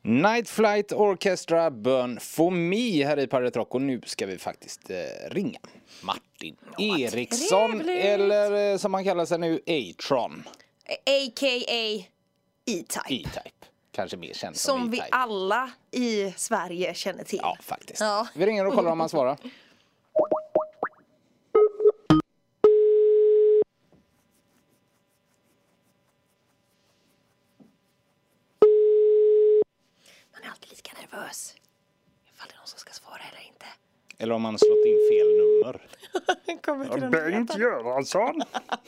Night Flight Orchestra Burn For Me här i Pirate Rock. Och nu ska vi faktiskt ringa Martin Eriksson. Trevligt. Eller som han kallar sig nu, A-Tron. A.k.a. E-Type. E-Type. Kanske mer känd som som vi E-Type. alla i Sverige känner till. Ja, faktiskt. Ja. Vi ringer och kollar om han svarar. Man är alltid lika nervös. Ifall det är någon som ska svara eller inte. Eller om han har slått in fel nummer. Kommer till Bengt Göransson.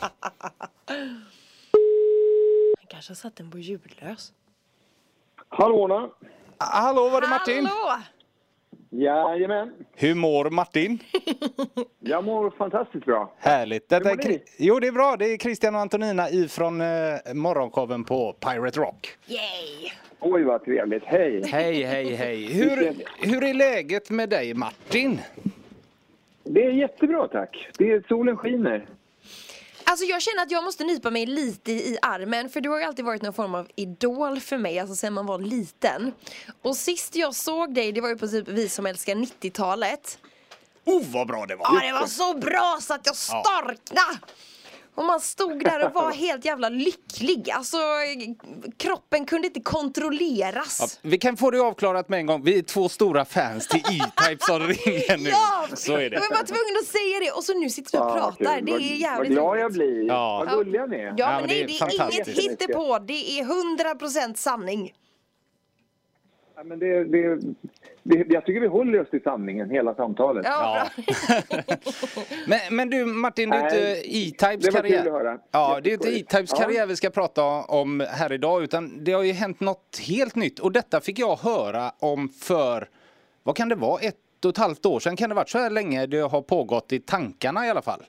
Han kanske har satt den på ljudlös. Hallåna. Hallå, var det Martin? Hallå! Jajamän. Hur mår Martin? Jag mår fantastiskt bra. Härligt. Detta Hur mår ni? Jo, det är bra. Det är Christian och Antonina ifrån morgonshowen på Pirate Rock. Yay! Oj, vad trevligt. Hej. Hej. Hur är läget med dig, Martin? Det är jättebra, tack. Solen skiner. Alltså jag känner att jag måste nypa mig lite i armen. För du har ju alltid varit någon form av idol för mig. Alltså sen man var liten. Och sist jag såg dig, det var ju på typ Vi som älskar 90-talet. Vad bra det var. Ja, det var så bra så att jag starknade. Och man stod där och var helt jävla lycklig. Alltså kroppen kunde inte kontrolleras. Ja, vi kan få det avklarat med en gång. Vi är två stora fans till E-Type som ringer nu. Ja, så är det. Jag var bara tvungen att säga det. Och så nu sitter du och pratar. kul. Det är jävligt Vad glad jag roligt. blir. Ja. Vad gulliga ni är. Ja, Ja, men men nej, det är det är inget fantastiskt. hittepå. Det är 100% sanning. Ja, men jag tycker vi håller oss till sanningen hela samtalet. Ja, bra. Men du Martin, det är Nej, inte E-Types det var kul karriär. att höra. Ja, det är inte E-Types Ja. karriär vi ska prata om här idag, utan det har ju hänt något helt nytt. Och detta fick jag höra om för, vad kan det vara, 1,5 år sedan? Kan det varit så här länge det har pågått i tankarna i alla fall?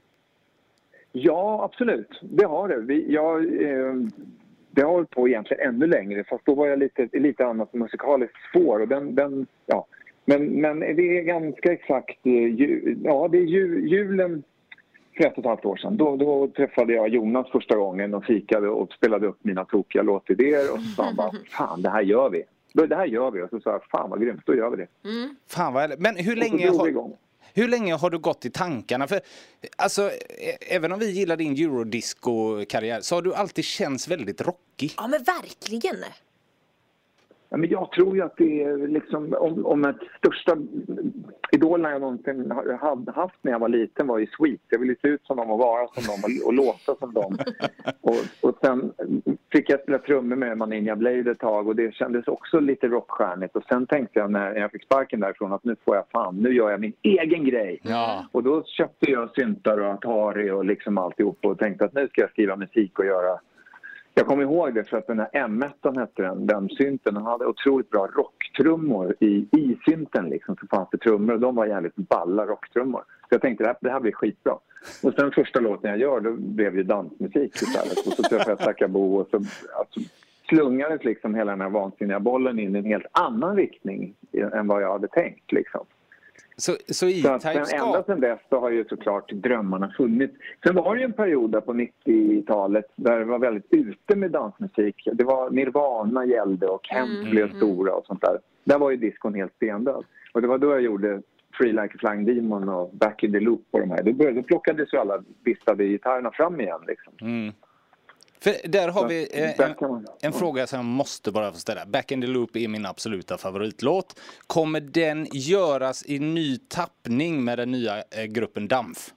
Ja, absolut. Det har det. Det har hållit på egentligen ännu längre. Fast då var jag lite annat musikaliskt spår. Och ja. Men det är ganska exakt det är julen för 1,5 år sedan. Då träffade jag Jonas första gången och fikade och spelade upp mina tokiga låtidéer. Och så sa han bara, fan det här gör vi. Och så sa jag, fan vad grymt, då gör vi det. Fan vad, men hur länge har du gått i tankarna? För alltså, även om vi gillar din eurodisco-karriär så har du alltid känts väldigt rockig. Ja, men verkligen. Ja, men jag tror ju att det är liksom om ett största idolerna jag någonsin hade haft när jag var liten var ju Sweet. Jag ville se ut som dem och vara som dem och låta som dem. och sen fick jag spela trummor med Maninja Blade ett tag och det kändes också lite rockstjärnigt. Och sen tänkte jag när jag fick sparken därifrån att nu gör jag min egen grej. Ja. Och då köpte jag syntar och Atari och liksom alltihop och tänkte att nu ska jag skriva musik och göra. Jag kommer ihåg det för att den här M1 hette den synten, den hade otroligt bra rocktrummor i synten liksom, så fanns det trummor och de var jävligt balla rocktrummor. Så jag tänkte det här blir skitbra. Och sen första låten jag gör då blev ju dansmusik istället och så träffade jag Takabo och så alltså, slungades liksom hela den här vansinniga bollen in i en helt annan riktning än vad jag hade tänkt liksom. Så E-Type ända sedan dess så har ju såklart drömmarna funnits. Sen var det ju en period där på 90-talet där det var väldigt ute med dansmusik. Det var Nirvana gällde och Kent blev stora och sånt där. Där var ju diskon helt stendöd. Och det var då jag gjorde Free Like a Flying Demon och Back in the Loop och de här. Då plockades ju alla vistade gitarrerna fram igen liksom. För där har vi en fråga som jag måste bara få ställa. Back in the Loop är min absoluta favoritlåt. Kommer den göras i ny tappning med den nya gruppen Dampf?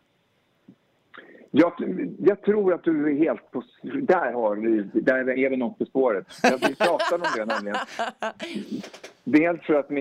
Jag tror att du är helt på... Där är vi något på spåret. Vi pratade om det nämligen. Dels för att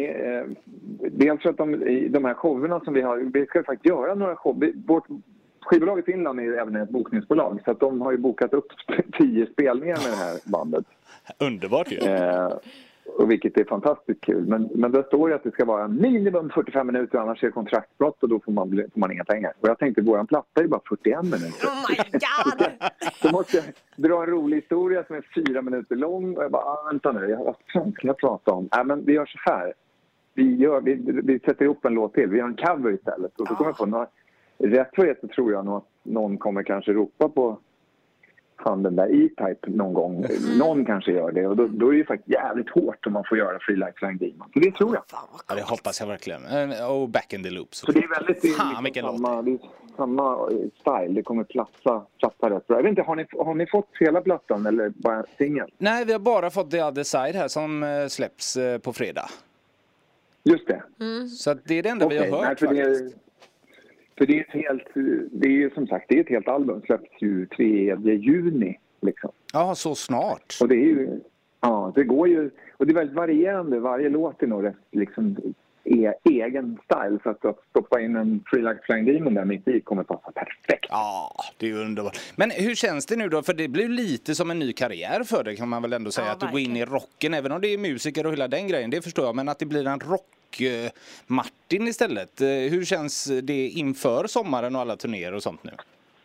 de här showerna som vi har... Vi ska faktiskt göra några shower. Vårt skivbolag i Finland är även ett bokningsbolag. Så att de har ju bokat upp 10 spelningar med det här bandet. Underbart ju. Och vilket är fantastiskt kul. Men det står ju att det ska vara minimum 45 minuter, annars är det kontraktsbrott och då får man inga pengar. Och jag tänkte, våran platta är bara 41 minuter. Oh my god! Så måste jag dra en rolig historia som är 4 minuter lång. Och jag bara, vänta nu, vad fan kan jag prata om? Men vi gör så här. Vi sätter ihop en låt till. Vi gör en cover istället. Och så kommer jag på rätt för det så tror jag nog att någon kommer kanske ropa på han den där E-Type någon gång. Någon kanske gör det. Och då är det ju faktiskt jävligt hårt om man får göra Free Like Flying Demon. Så det tror jag. Ja, det hoppas jag verkligen. Och Back in the Loop. Så det är väldigt samma style. Det kommer platsa rätt bra. Jag vet inte, har ni fått hela plattan eller bara singeln? Nej, vi har bara fått The Other Side här som släpps på fredag. Just det. Så att det är det enda vi har hört faktiskt. För det är ju som sagt, det är ett helt album. Släpps ju 3 juni liksom. Ja, så snart. Och det är ju, det går ju, och det är väldigt varierande. Varje låt är nog rätt liksom egen style. Så att stoppa in en Free Like Flying Demon där mitt i kommer passa perfekt. Ja, det är ju underbart. Men hur känns det nu då? För det blir lite som en ny karriär för dig, kan man väl ändå säga. Att du går in i rocken, även om det är musiker och hela den grejen, det förstår jag. Men att det blir en rock-Martin istället. Hur känns det inför sommaren och alla turnéer och sånt nu?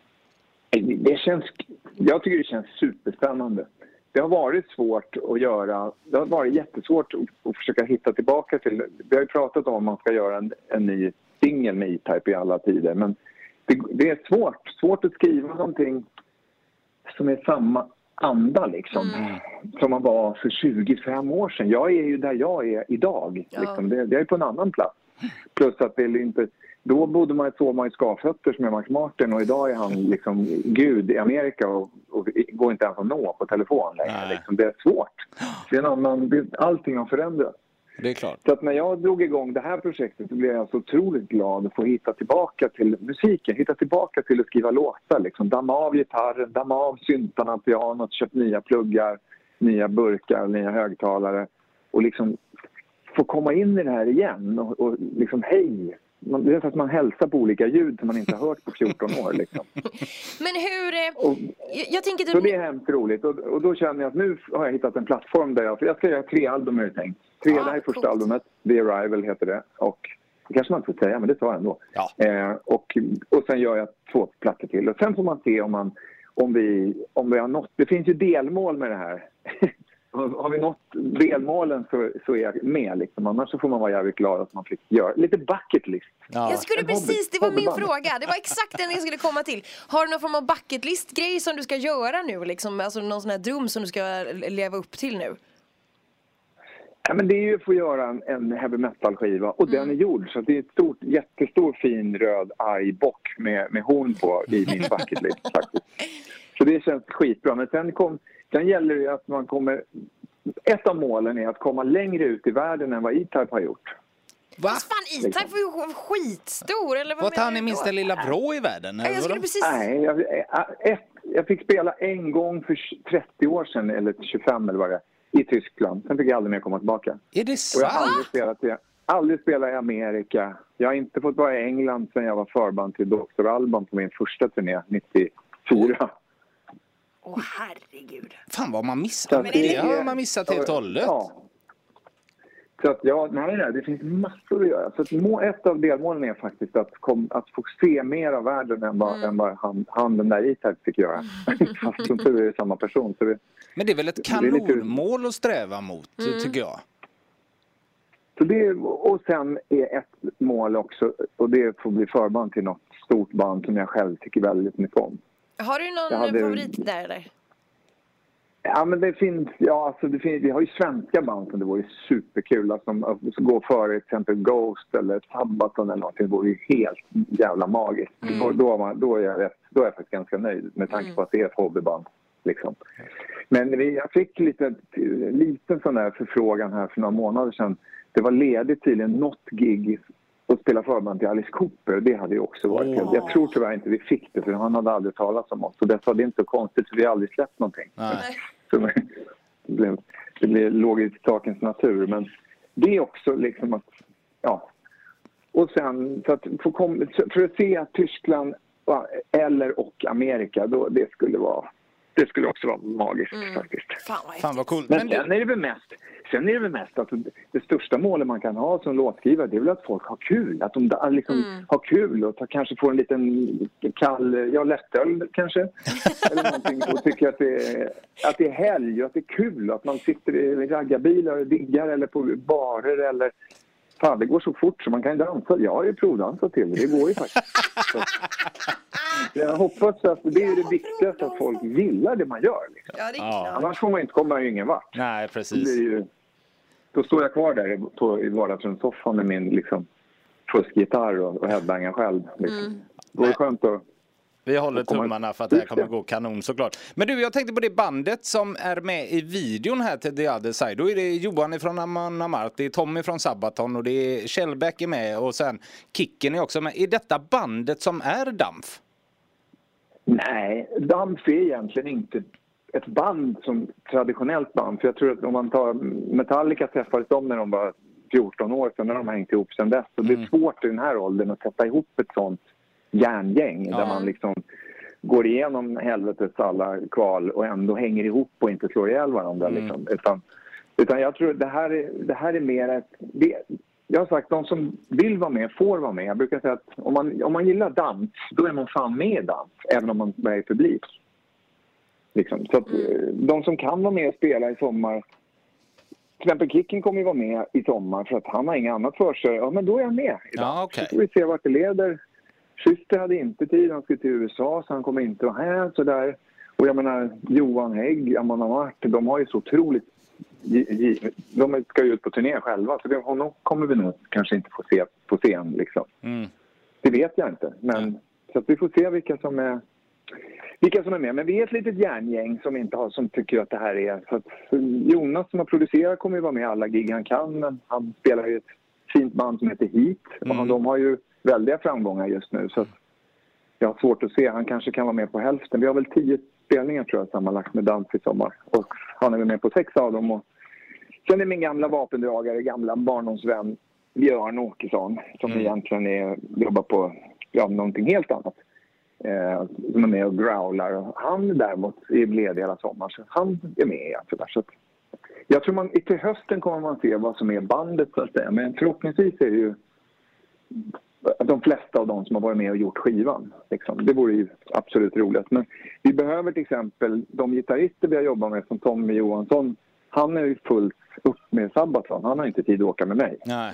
Jag tycker det känns superspännande. Det har varit svårt att göra. Det har varit jättesvårt att försöka hitta tillbaka till. Vi har ju pratat om att man ska göra en ny singel med E-Type i alla tider. Men det är svårt att skriva någonting som är samma anda liksom. Som man var för 25 år sedan. Jag är ju där jag är idag. Ja. Liksom. Jag är på en annan plats. Plus att det är inte... Då sov man i skavfötter som är Max Martin, och idag är han liksom gud i Amerika och går inte ens att nå på telefon längre. Liksom. Det är svårt. Det är allting har förändrats. Det är klart. Så att när jag drog igång det här projektet så blev jag så otroligt glad att få hitta tillbaka till musiken. Hitta tillbaka till att skriva låtar. Liksom. Damma av gitarren, damma av syntarna, pianot, köpt nya pluggar, nya burkar, nya högtalare. Och liksom få komma in i det här igen och liksom hej. Det är så att man hälsar på olika ljud som man inte har hört på 14 år. Liksom. Men hur... jag tänker så det är hemskt roligt. Och då känner jag att nu har jag hittat en plattform där jag ska göra 3 album, är det tänkt. 3, det här är första albumet. The Arrival heter det. Och det kanske man inte får säga, men det tar jag ändå. Ja. Och sen gör jag 2 plattor till. Och sen får man se om vi har nått... Det finns ju delmål med det här. Har vi nått delmålen så är jag med. Liksom. Annars så får man vara jävligt glad att man fick göra lite bucket list. Ja. Jag skulle precis, det var min fråga. Det var exakt den jag skulle komma till. Har du någon form av bucket list-grej som du ska göra nu? Liksom? Alltså någon sån här dröm som du ska leva upp till nu? Ja, men det är ju att få göra en heavy metal-skiva. Och den är gjord. Så det är ett jättestor fin röd arg bock med horn på i min bucket list faktiskt. Så det känns skitbra. Men sen gäller det att man kommer... Ett av målen är att komma längre ut i världen än vad E-Type har gjort. Va? Fan, E-Type var ju skitstor, eller vad tar han i minsta lilla vrå i världen? Nej, jag skulle precis... Nej, jag fick spela en gång för 30 år sedan, eller 25 eller vad det är, i Tyskland. Sen fick jag aldrig mer komma tillbaka. Är det sant? Och jag har aldrig spelat i Amerika. Jag har inte fått vara i England sedan jag var förband till Dr. Alban på min första turné, 94. Herregud. Fan vad man missar. Men det har man missat helt och hållet. Ja. Så att det finns massor att göra. Så att ett av delmålen är faktiskt att få se mer av världen än vad han den där E-Type fick göra. Fast som tur är det samma person. Så men det är väl ett kanonmål att sträva mot, tycker jag. Så och sen är ett mål också, och det får bli förband till något stort band som jag själv tycker väldigt mycket om. Har du någon favorit där eller? Ja, men det finns, vi har ju svenska band som det vore superkul att gå före till exempel Ghost eller Sabaton eller någonting. Det vore ju helt jävla magiskt. Och då är jag faktiskt ganska nöjd med tanke på att det är ett hobbyband. Liksom. Men jag fick lite sån där förfrågan här för några månader sedan. Det var ledigt tydligen något gig och spela förband till Alice Cooper. Det hade ju också varit kul. Jag tror tyvärr inte vi fick det, för han hade aldrig talat om oss. Så det är inte så konstigt, för vi har aldrig släppt någonting. Så det låg i sakens natur. Men det är också liksom att... Ja. Och sen, för att se Tyskland och Amerika, då, det skulle också vara magiskt faktiskt. Fan vad coolt. Men sen är det väl mest att det största målet man kan ha som låtskrivare, det är väl att folk har kul. Att de liksom har kul och kanske får en liten kall, lättöl kanske. Eller någonting, och tycker att det är helg och att det är kul. Att man sitter i raggarbilar och diggar eller på barer eller... Fan, det går så fort så man kan dansa. Jag har ju provdansat till det. Det går ju faktiskt. Jag hoppas att det är det viktigaste, att folk gillar det man gör. Liksom. Ja, det är klart. Annars får man inte komma ingen vart. Nej, precis. Då står jag kvar där i vardagsrumssoffan med min liksom, fuskgitarr och headbangar själv. Liksom. Det är skönt att... Vi håller tummarna för att det här kommer gå kanon såklart. Men du, jag tänkte på det bandet som är med i videon här till The Other Side. Då är det Johan från Amon Amarth, det är Tommy från Sabaton och det är Kjellbäck är med och sen Kicken är också med. Är detta bandet som är Dampf? Nej, Dampf är egentligen inte ett band som traditionellt band. För jag tror att om man tar Metallica träffades de när de var 14 år sedan, när de har hängt ihop sedan dess. Och det är svårt i den här åldern att sätta ihop ett sånt järngäng där man liksom går igenom helvetets alla kval och ändå hänger ihop och inte slår ihjäl varandra. Liksom. Utan jag tror det här är mer ett... Jag har sagt, de som vill vara med får vara med. Jag brukar säga att om man gillar dans, då är man fan med i dans, även om man är publik. Liksom. Så att de som kan vara med och spela i sommar, till exempel Kicken kommer ju vara med i sommar för att han har inget annat för sig. Ja, men då är jag med i dans. Ja, okay. Så får vi se vart det leder. Syster hade inte tid, han skulle till USA så han kommer inte vara här sådär. Och jag menar, Johan Hägg, Amon Amarth, de har ju så otroligt... De ska ju ut på turné själva, så honom kommer vi nog kanske inte få se på scen liksom. Det vet jag inte, men så att vi får se vilka som är med. Men vi är ett litet järngäng som tycker att det här är... Så att Jonas som har producerat kommer ju vara med i alla gig han kan, men han spelar ju ett fint band som heter Heat och de har ju väldiga framgångar just nu, så att jag har svårt att se. Han kanske kan vara med på hälften. Vi har väl 10 spelningar tror jag sammanlagt med dans i sommar. Och han är med på 6 av dem. Och sen är min gamla vapendragare, gamla barndomsvän Björn Åkesson, som egentligen jobbar på någonting helt annat. Som är med och growlar. Och han däremot är ledig hela sommaren, så han är med. Så jag tror till hösten kommer man se vad som är bandet så att säga. Men förhoppningsvis är det ju de flesta av dem som har varit med och gjort skivan. Liksom. Det vore ju absolut roligt. Men vi behöver till exempel de gitarrister vi har jobbat med som Tommy Johansson. Han är ju fullt upp med Sabaton. Han har inte tid att åka med mig. Nej.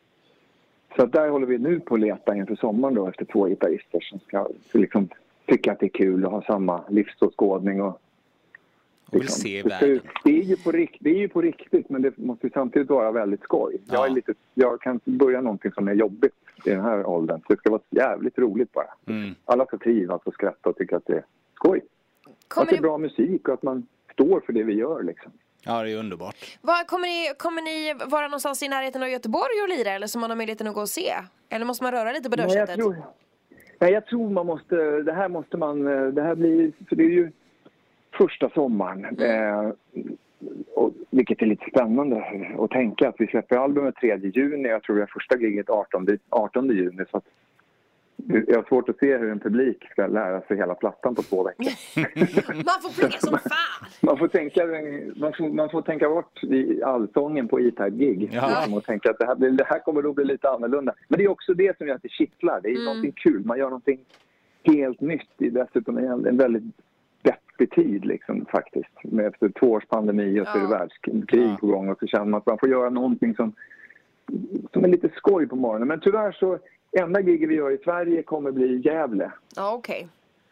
Så där håller vi nu på att leta inför sommaren då, efter 2 gitarrister som ska liksom tycka att det är kul och ha samma livsåskådning och vill se världen. Det är ju på riktigt, men det måste ju samtidigt vara väldigt skoj. Jag kan börja någonting som är jobbigt i den här åldern. Så det ska vara jävligt roligt bara. Alla ska trivas och skratta och tycka att det är skoj. Att det är bra musik och att man står för det vi gör liksom. Ja, det är underbart. Kommer ni vara någonstans i närheten av Göteborg och lira, eller så man har möjligheten att gå och se? Eller måste man röra lite på dörrsättet? Jag tror man måste... Det här blir... För det är ju första sommaren. Vilket är lite spännande att tänka att vi släpper albumet 3 juni. Jag tror det är första giget 18 juni. Så att jag har svårt att se hur en publik ska lära sig hela plattan på 2 veckor. Man får plugga som fan! Man får tänka bort allsången på E-Type gig. Ja. Och tänka att det här kommer då bli lite annorlunda. Men det är också det som gör att det kittlar. Det är någonting kul. Man gör någonting helt nytt. Det är dessutom en väldigt deppig tid liksom, faktiskt. Efter 2 års pandemi och så är det världskrig på gång. Och så känner man att man får göra någonting som är lite skoj på morgonen. Men tyvärr så enda giget vi gör i Sverige kommer bli Gävle. Ja, okej.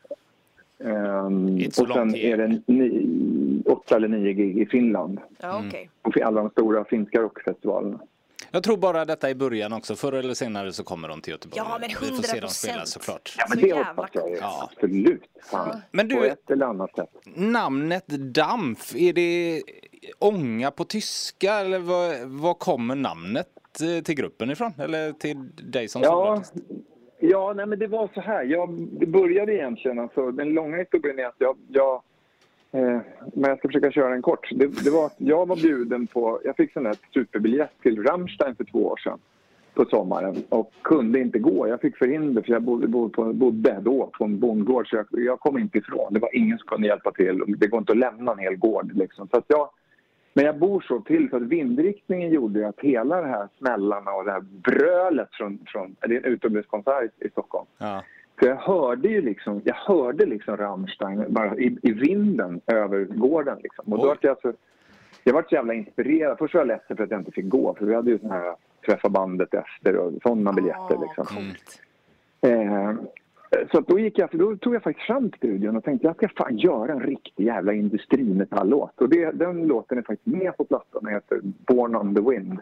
Och sen är det 8 eller 9 gig i Finland. Ja, okej. Och alla de stora finska rockfestivalerna. Jag tror bara detta i början också. Förr eller senare så kommer de till Göteborg. Ja, men 100%. Vi får se dem spela såklart. Ja, men det hoppas jag ju. Ja. Absolut. Men du, på ett eller annat sätt. Namnet Dampf, är det ånga på tyska? Eller vad kommer namnet till gruppen ifrån? Eller till dig som solartist? Ja, nej, men det var så här. Det började egentligen, alltså, den långa historien är att men jag ska försöka köra den kort. Det var att jag var bjuden på... Jag fick sån här superbiljett till Rammstein för 2 år sedan på sommaren och kunde inte gå. Jag fick förhinder för jag bodde då på en bondgård, så jag kom inte ifrån. Det var ingen som kunde hjälpa till. Det går inte att lämna en hel gård liksom. Så att men jag bor så till så att vindriktningen gjorde att hela det här smällarna och det här brölet från det är en utomhuskonsert i Stockholm. Ja. Så jag hörde liksom Rammstein bara i vinden över gården liksom. Och då var jag var så jävla inspirerad. Först var jag ledsen för att jag inte fick gå, för vi hade ju såna här träffa bandet efter och sådana biljetter liksom. Så att då tog jag faktiskt fram studion och tänkte jag ska fan göra en riktig jävla industrimetallåt. Och den låten är faktiskt med på plattan. Den heter Born on the Wind.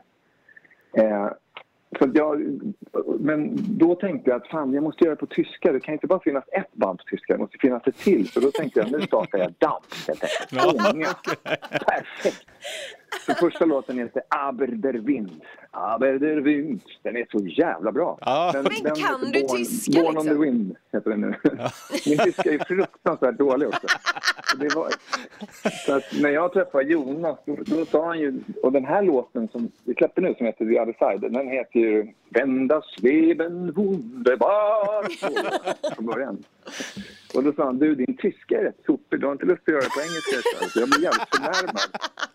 Men då tänkte jag att fan, jag måste göra det på tyska. Det kan inte bara finnas ett band på tyska, det måste finnas ett till. Så då tänkte jag, nu startar jag dans helt enkelt. Perfekt. Så första låten heter Aber der Wind. Aber der Wind. Den är så jävla bra. Men kan du tyska Born on the Wind heter den nu. Min tyska är fruktansvärt dålig också. Så att när jag träffade Jonas, då sa han ju, och den här låten som vi släpper nu som heter The Other Side, den heter ju Vända Sveben Wunderbar från början. Och då sa han, du din tyska är rätt super, du har inte lust att göra det på engelska. Så jag blir jävligt förnärmad.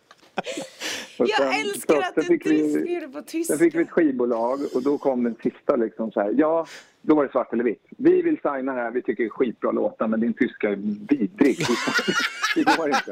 Jag älskar att du skriver det på tyska. Sen fick vi ett skivbolag och då kom den sista liksom så här. Ja, då var det svart eller vitt. Vi vill signa här, vi tycker det är skitbra låtar, men din tyska är vidrig. Det går inte.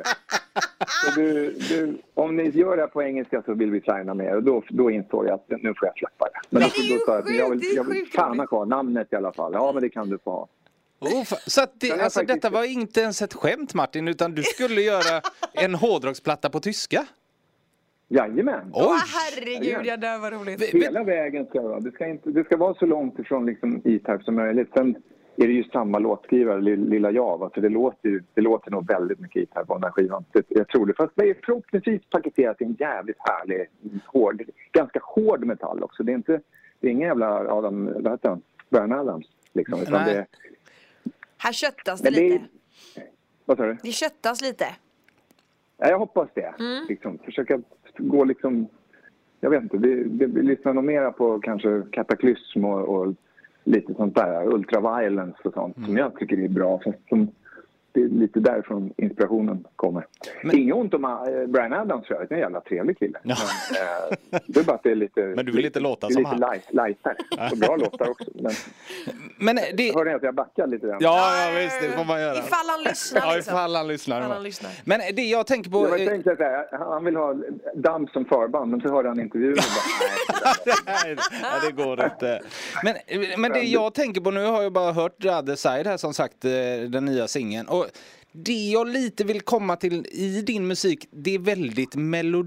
Så om ni gör det här på engelska så vill vi signa med. Och då insåg jag att nu får jag släppa det. Men då sa jag att jag vill fan ha kvar namnet i alla fall. Ja, men det kan du få ha. Så att detta var inte ens ett skämt, Martin, utan du skulle göra en hårdrocksplatta på tyska? Jajamän. Herregud, jag dör vad roligt. Hela vägen ska vara. Det ska vara så långt ifrån liksom E-Type som möjligt. Sen är det ju samma låtskrivare, Lilla Java. Så det låter nog väldigt mycket E-Type på den här skivan. Jag tror det. Fast det är förhoppningsvis paketerat i en jävligt härlig, ganska hård metall också. Det är ingen jävla Bryan Adams. Liksom, utan det, här köttas det lite. Vad sa du? Det köttas lite. Ja, jag hoppas det. Liksom, försöka gå liksom... Jag vet inte, vi lyssnar nog mera på kanske Kataklysm och lite sånt där. Ultraviolence och sånt som jag tycker är bra. Fast det är lite därifrån inspirationen kommer. Inget ont om Bryan Adams, jag är en jävla trevlig kille. Ja. Men, det är bara att det är lite... Men du vill inte låta som han. Lightare. Och bra låtar också. Men det... Hörde jag att jag backar lite grann? Ja, visst, det får man göra. Ifall han lyssnar. Ja, ifall han lyssnar. Men det jag tänker på... Jag tänkte att han vill ha Damp som förband, men så hörde han intervjun och bara... Nej, det går inte. Men det jag tänker på, nu har jag bara hört The Other Side här, som sagt, den nya singeln. Och det jag lite vill komma till i din musik, det är väldigt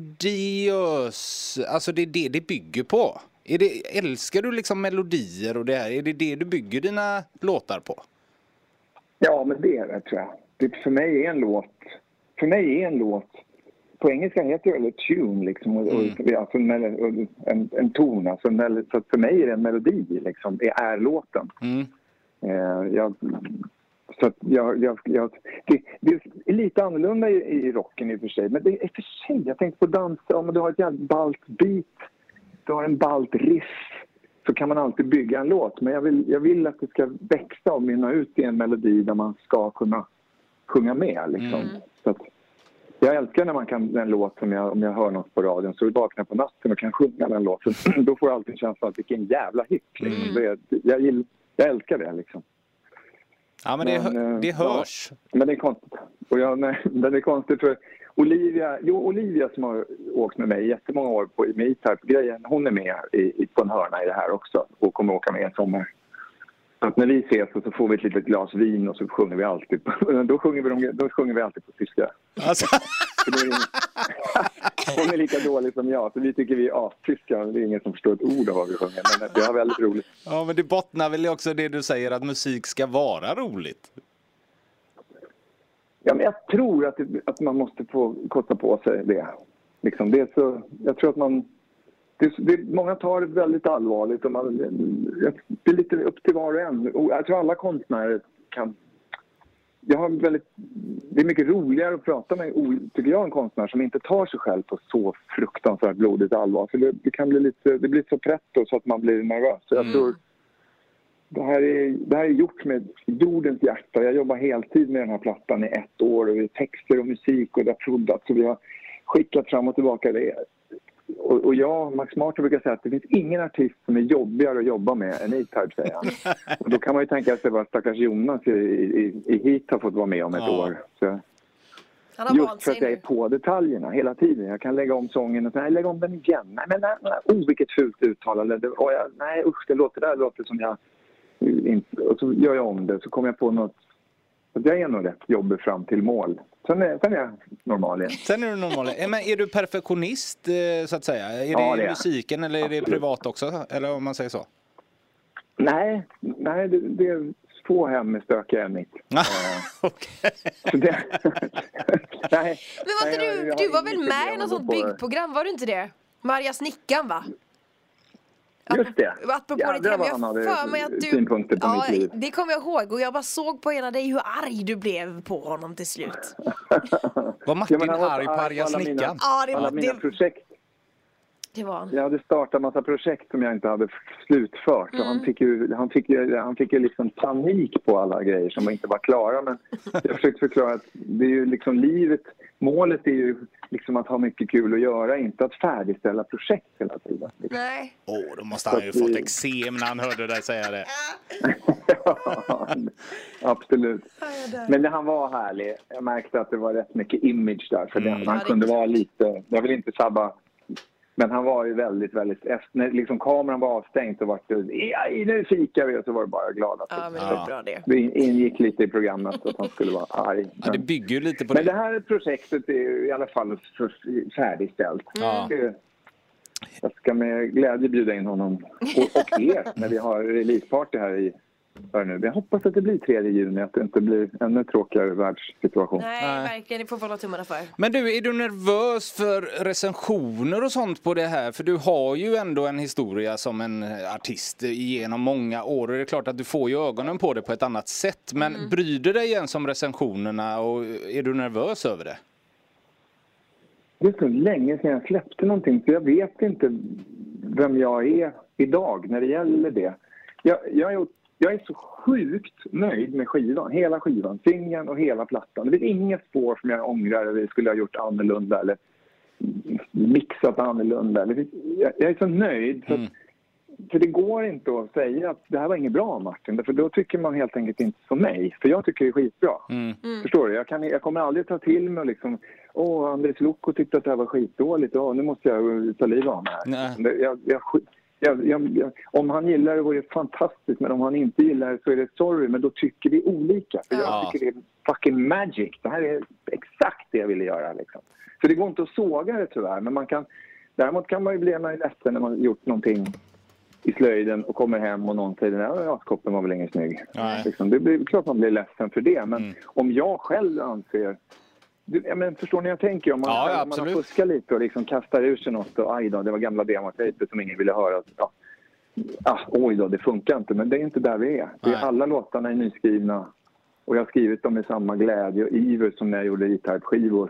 melodiös. Alltså det är det bygger på. Älskar du liksom melodier och det här? Är det du bygger dina låtar på? Ja, men det är det, tror jag. För mig är en låt på engelska heter det tune liksom, alltså en ton, alltså så för mig är det en melodi liksom, det är låten. Så att det är lite annorlunda i rocken i och för sig. Men det är för sig, jag tänkte på dans, om du har ett jävligt balt beat, du har en balt riff, så kan man alltid bygga en låt. Men jag vill att det ska växa och mynna ut i en melodi där man ska kunna sjunga med liksom. Så att jag älskar när man kan en låt som om jag hör något på radion så vaknar på natten och kan sjunga den låten. Då får jag alltid känslan att vilken jävla hit liksom. Jag älskar det liksom. Ja, men det hörs. Ja, men det är konstigt. Och det är konstigt för Olivia som har åkt med mig jättemånga år med E-Type-grejen, hon är med på en hörna i det här också och kommer åka med en sommar. Så att när vi ses så får vi ett litet glas vin och så sjunger vi alltid då sjunger vi alltid på tyska. Alltså. Hon är lika dålig som jag, så vi tycker vi är tyska. Det är ingen som förstår ett ord av vad vi sjunger, men det är väldigt roligt. Ja, men det bottnar väl också det du säger, att musik ska vara roligt? Ja, men jag tror att man måste få kosta på sig det. Liksom, det är så, jag tror att många tar det väldigt allvarligt och det är lite upp till var och en. Och jag tror alla konstnärer kan... Det är mycket roligare att prata med, tycker jag, en konstnär som inte tar sig själv på så fruktansvärt blodigt allvar. För det kan bli det blir så pretto så att man blir nervös. Så jag tror det här är gjort med jordens hjärta. Jag jobbar heltid med den här plattan i 1 år och det är texter och musik och det har proddat, så vi har skickat fram och tillbaka det. Och jag, Max Martin, brukar säga att det finns ingen artist som är jobbigare att jobba med än E-Type, säger han. Och då kan man ju tänka sig vad stackars Jonas i Heat har fått vara med om ett år. Så, just för att jag är på detaljerna hela tiden. Jag kan lägga om sången och säga, lägga om den igen. Nej, men vilket fult uttalande. Nej, usch, det låter som jag Och så gör jag om det. Så kommer jag på något. Så jag är nog rätt jobbig fram till mål. Sen är jag normal igen. Sen är du normal. Men är du perfektionist så att säga? Är det musiken eller är det privat också? Eller om man säger så? Nej, det är få hem med stökiga än mitt. Okej. Nej. Men var inte du var väl med i något sånt byggprogram, var du inte det? Maria Snickan, va? Just det. Apropå ditt hem, jag för mig att du... synpunkter på mitt liv. Det kommer jag ihåg. Och jag bara såg på hela dig hur arg du blev på honom till slut. Var Martin arg på Maria Snickan? Alla mina projekt. Det var han. Jag hade startat en massa projekt som jag inte hade slutfört. Och han fick ju liksom panik på alla grejer som inte var klara. Men jag försökte förklara att det är ju liksom livet. Målet är ju liksom att ha mycket kul att göra. Inte att färdigställa projekt hela tiden. Nej. Då måste han ju fått eksem när han hörde dig säga det. Ja, absolut. Men han var härlig. Jag märkte att det var rätt mycket image där. För han kunde vara lite... Jag vill inte sabba... Men han var ju väldigt, väldigt... När liksom kameran var avstängd och vart nu fikar vi och så var det bara glada. Ja, men det var bra det. Det ingick lite i programmet att han skulle vara arg. Ja, det bygger ju lite på det. Men det här projektet är ju i alla fall färdigställt. Ja. Jag ska med glädje bjuda in honom och er när vi har releaseparty här i... Nu. Jag hoppas att det blir 3 juni, att det inte blir ännu tråkigare världssituation. Nej, verkligen. Det får hålla tummarna för. Men du, är du nervös för recensioner och sånt på det här? För du har ju ändå en historia som en artist genom många år. Och det är klart att du får ju ögonen på det på ett annat sätt. Men bryr du dig ens om recensionerna och är du nervös över det? Det är så länge sedan jag släppte någonting så jag vet inte vem jag är idag när det gäller det. Jag är så sjukt nöjd med skivan, hela skivan, singeln och hela plattan. Det finns inget spår som jag ångrar eller skulle ha gjort annorlunda eller mixat annorlunda. Jag är så nöjd för det går inte att säga att det här var inget bra, Martin. För då tycker man helt enkelt inte som mig. För jag tycker det är skitbra. Förstår du? Jag kommer aldrig ta till mig och liksom Andres Locco tyckte att det här var skitdåligt. Nu måste jag ta liv av mig här. Om han gillar det vore det fantastiskt, men om han inte gillar det så är det sorry, men då tycker vi olika. För jag tycker det är fucking magic. Det här är exakt det jag ville göra liksom. Så det går inte att såga det tyvärr, men däremot kan man ju bli ledsen när man gjort någonting i slöjden och kommer hem och någon säger att koppen var väl ingen snygg. Liksom, det blir klart man blir ledsen för det, men om jag själv anser... Men förstår ni jag tänker? Om man har fuskat lite och liksom kastar ur sig något och aj då, det var gamla demotejper som ingen ville höra. Oj då, det funkar inte. Men det är inte där vi är. Det är alla låtarna är nyskrivna. Och jag har skrivit dem med samma glädje och iver som när jag gjorde E-Type-skivor.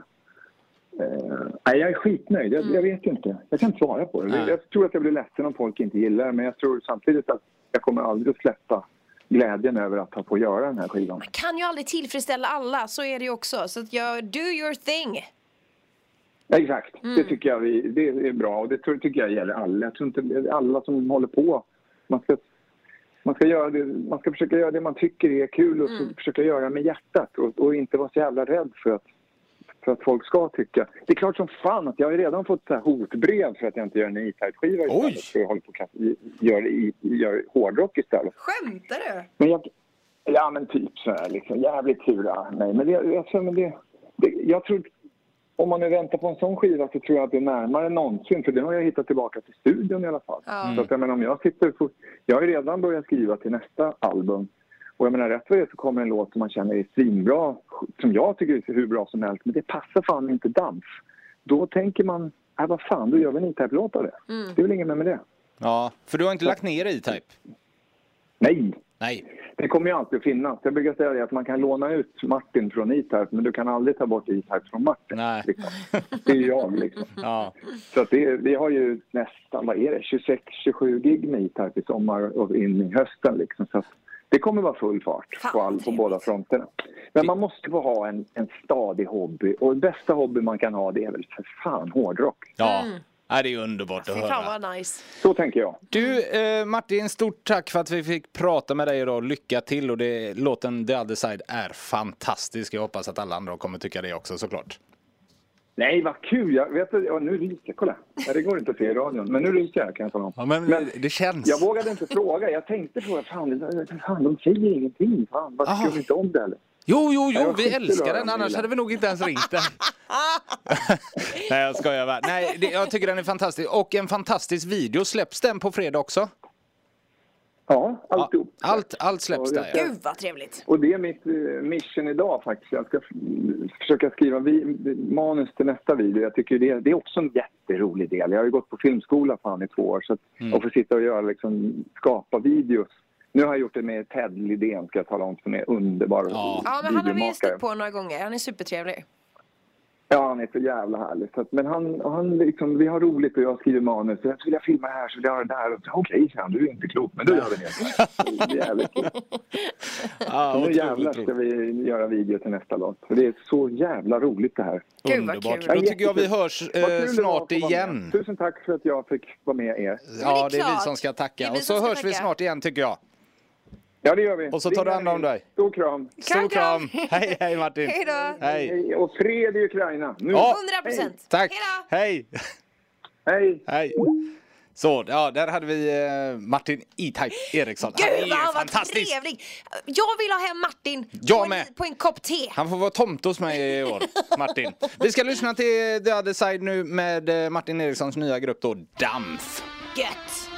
Jag är skitnöjd. Jag vet inte. Jag kan inte svara på det. Jag tror att jag blir ledsen om folk inte gillar det. Men jag tror samtidigt att jag kommer aldrig att släppa glädjen över att ha på att göra den här skivan. Man kan ju aldrig tillfredsställa alla, så är det ju också. Så att do your thing. Exakt, det tycker jag det är bra och det tycker jag gäller alla. Jag tror inte alla som håller på. Man ska göra det, man ska försöka göra det man tycker är kul och försöka göra med hjärtat och inte vara så jävla rädd för att folk ska tycka. Det är klart som fan att jag har redan fått så här hotbrev för att jag inte gör en E-Type-skiva istället. För jag håller på att gör hårdrock istället. Skämtar du? Men men typ så här liksom. Jävligt sura. Nej, men jag tror om man nu väntar på en sån skiva så tror jag att det är närmare någonsin. För det har jag hittat tillbaka till studion i alla fall. Så att, om jag har ju redan börjat skriva till nästa album. Och jag menar, rätt för det så kommer en låt som man känner är svinbra. Som jag tycker är hur bra som helst. Men det passar fan inte dans. Då tänker man, vad fan, då gör vi en E-Type-låt av det. Det är väl ingen med det. Ja, för du har inte lagt ner E-Type? Nej. Det kommer ju alltid att finnas. Jag brukar säga det att man kan låna ut Martin från E-Type, men du kan aldrig ta bort E-Type från Martin. Nej. Liksom. Det är ju jag liksom. Så att vi har ju nästan, 26-27 gig med E-Type i sommar och in i hösten liksom. Så att det kommer vara full fart på båda fronterna. Men man måste få ha en stadig hobby. Och det bästa hobby man kan ha, det är väl för fan hårdrock. Ja. Det är ju underbart att höra. Fan vad nice. Så tänker jag. Du, Martin, stort tack för att vi fick prata med dig idag. Lycka till. Och låten The Other Side är fantastisk. Jag hoppas att alla andra kommer tycka det också, såklart. Nej, vad kul. Jag vet att, nu ryker, kolla. Ja, det går inte att se i radion, men nu ryker jag, kan jag tala om. Ja, men det känns. Jag vågade inte fråga. Jag tänkte fråga, fan de säger ingenting. Fan, vad tycker de inte om det eller? Jo, vi älskar den. Annars hade vi nog inte ens ringt den. Nej, jag skojar bara. Nej, jag tycker den är fantastisk. Och en fantastisk video. Släpps den på fredag också? Ja, alltihop. Allt släpps där. Gud, vad trevligt. Och det är mitt mission idag faktiskt. Jag ska försöka skriva manus till nästa video. Jag tycker det är också en jätterolig del. Jag har ju gått på filmskola fan i 2 år. Så att få sitta och göra, skapa videos. Nu har jag gjort det med Ted Lidén, ska jag tala om, som är underbar Ja, men han har vi ju stött på några gånger. Han är supertrevlig. Ja, han är så jävla härlig. Så att, men han liksom, vi har roligt och jag skriver manus. Så vill jag filma här, så vill jag göra det där. Okej, du är inte klok, men då gör vi det. Det är jävligt klokt. Nu jävlar ska vi göra video till nästa låt. För det är så jävla roligt det här. Underbart. Då tycker jag vi hörs snart igen. Tusen tack för att jag fick vara med er. Ja, det är vi som ska tacka. Och så hörs vi snart igen, tycker jag. Ja, det gör vi. Och så tar du hand om dig. Stor kram. Stor kram. Hej Martin. Hej då. Hej. Och fred i Ukraina. Nu. Ja. 100%. Tack. Hej då. Hej. Hej. Så, ja, där hade vi Martin E-Type Eriksson. Gud, han var trevlig. Jag vill ha hem Martin på en kopp te. Han får vara tomte hos mig i år, Martin. Vi ska lyssna till The Other Side nu med Martin Erikssons nya grupp då, Dampf. Gött.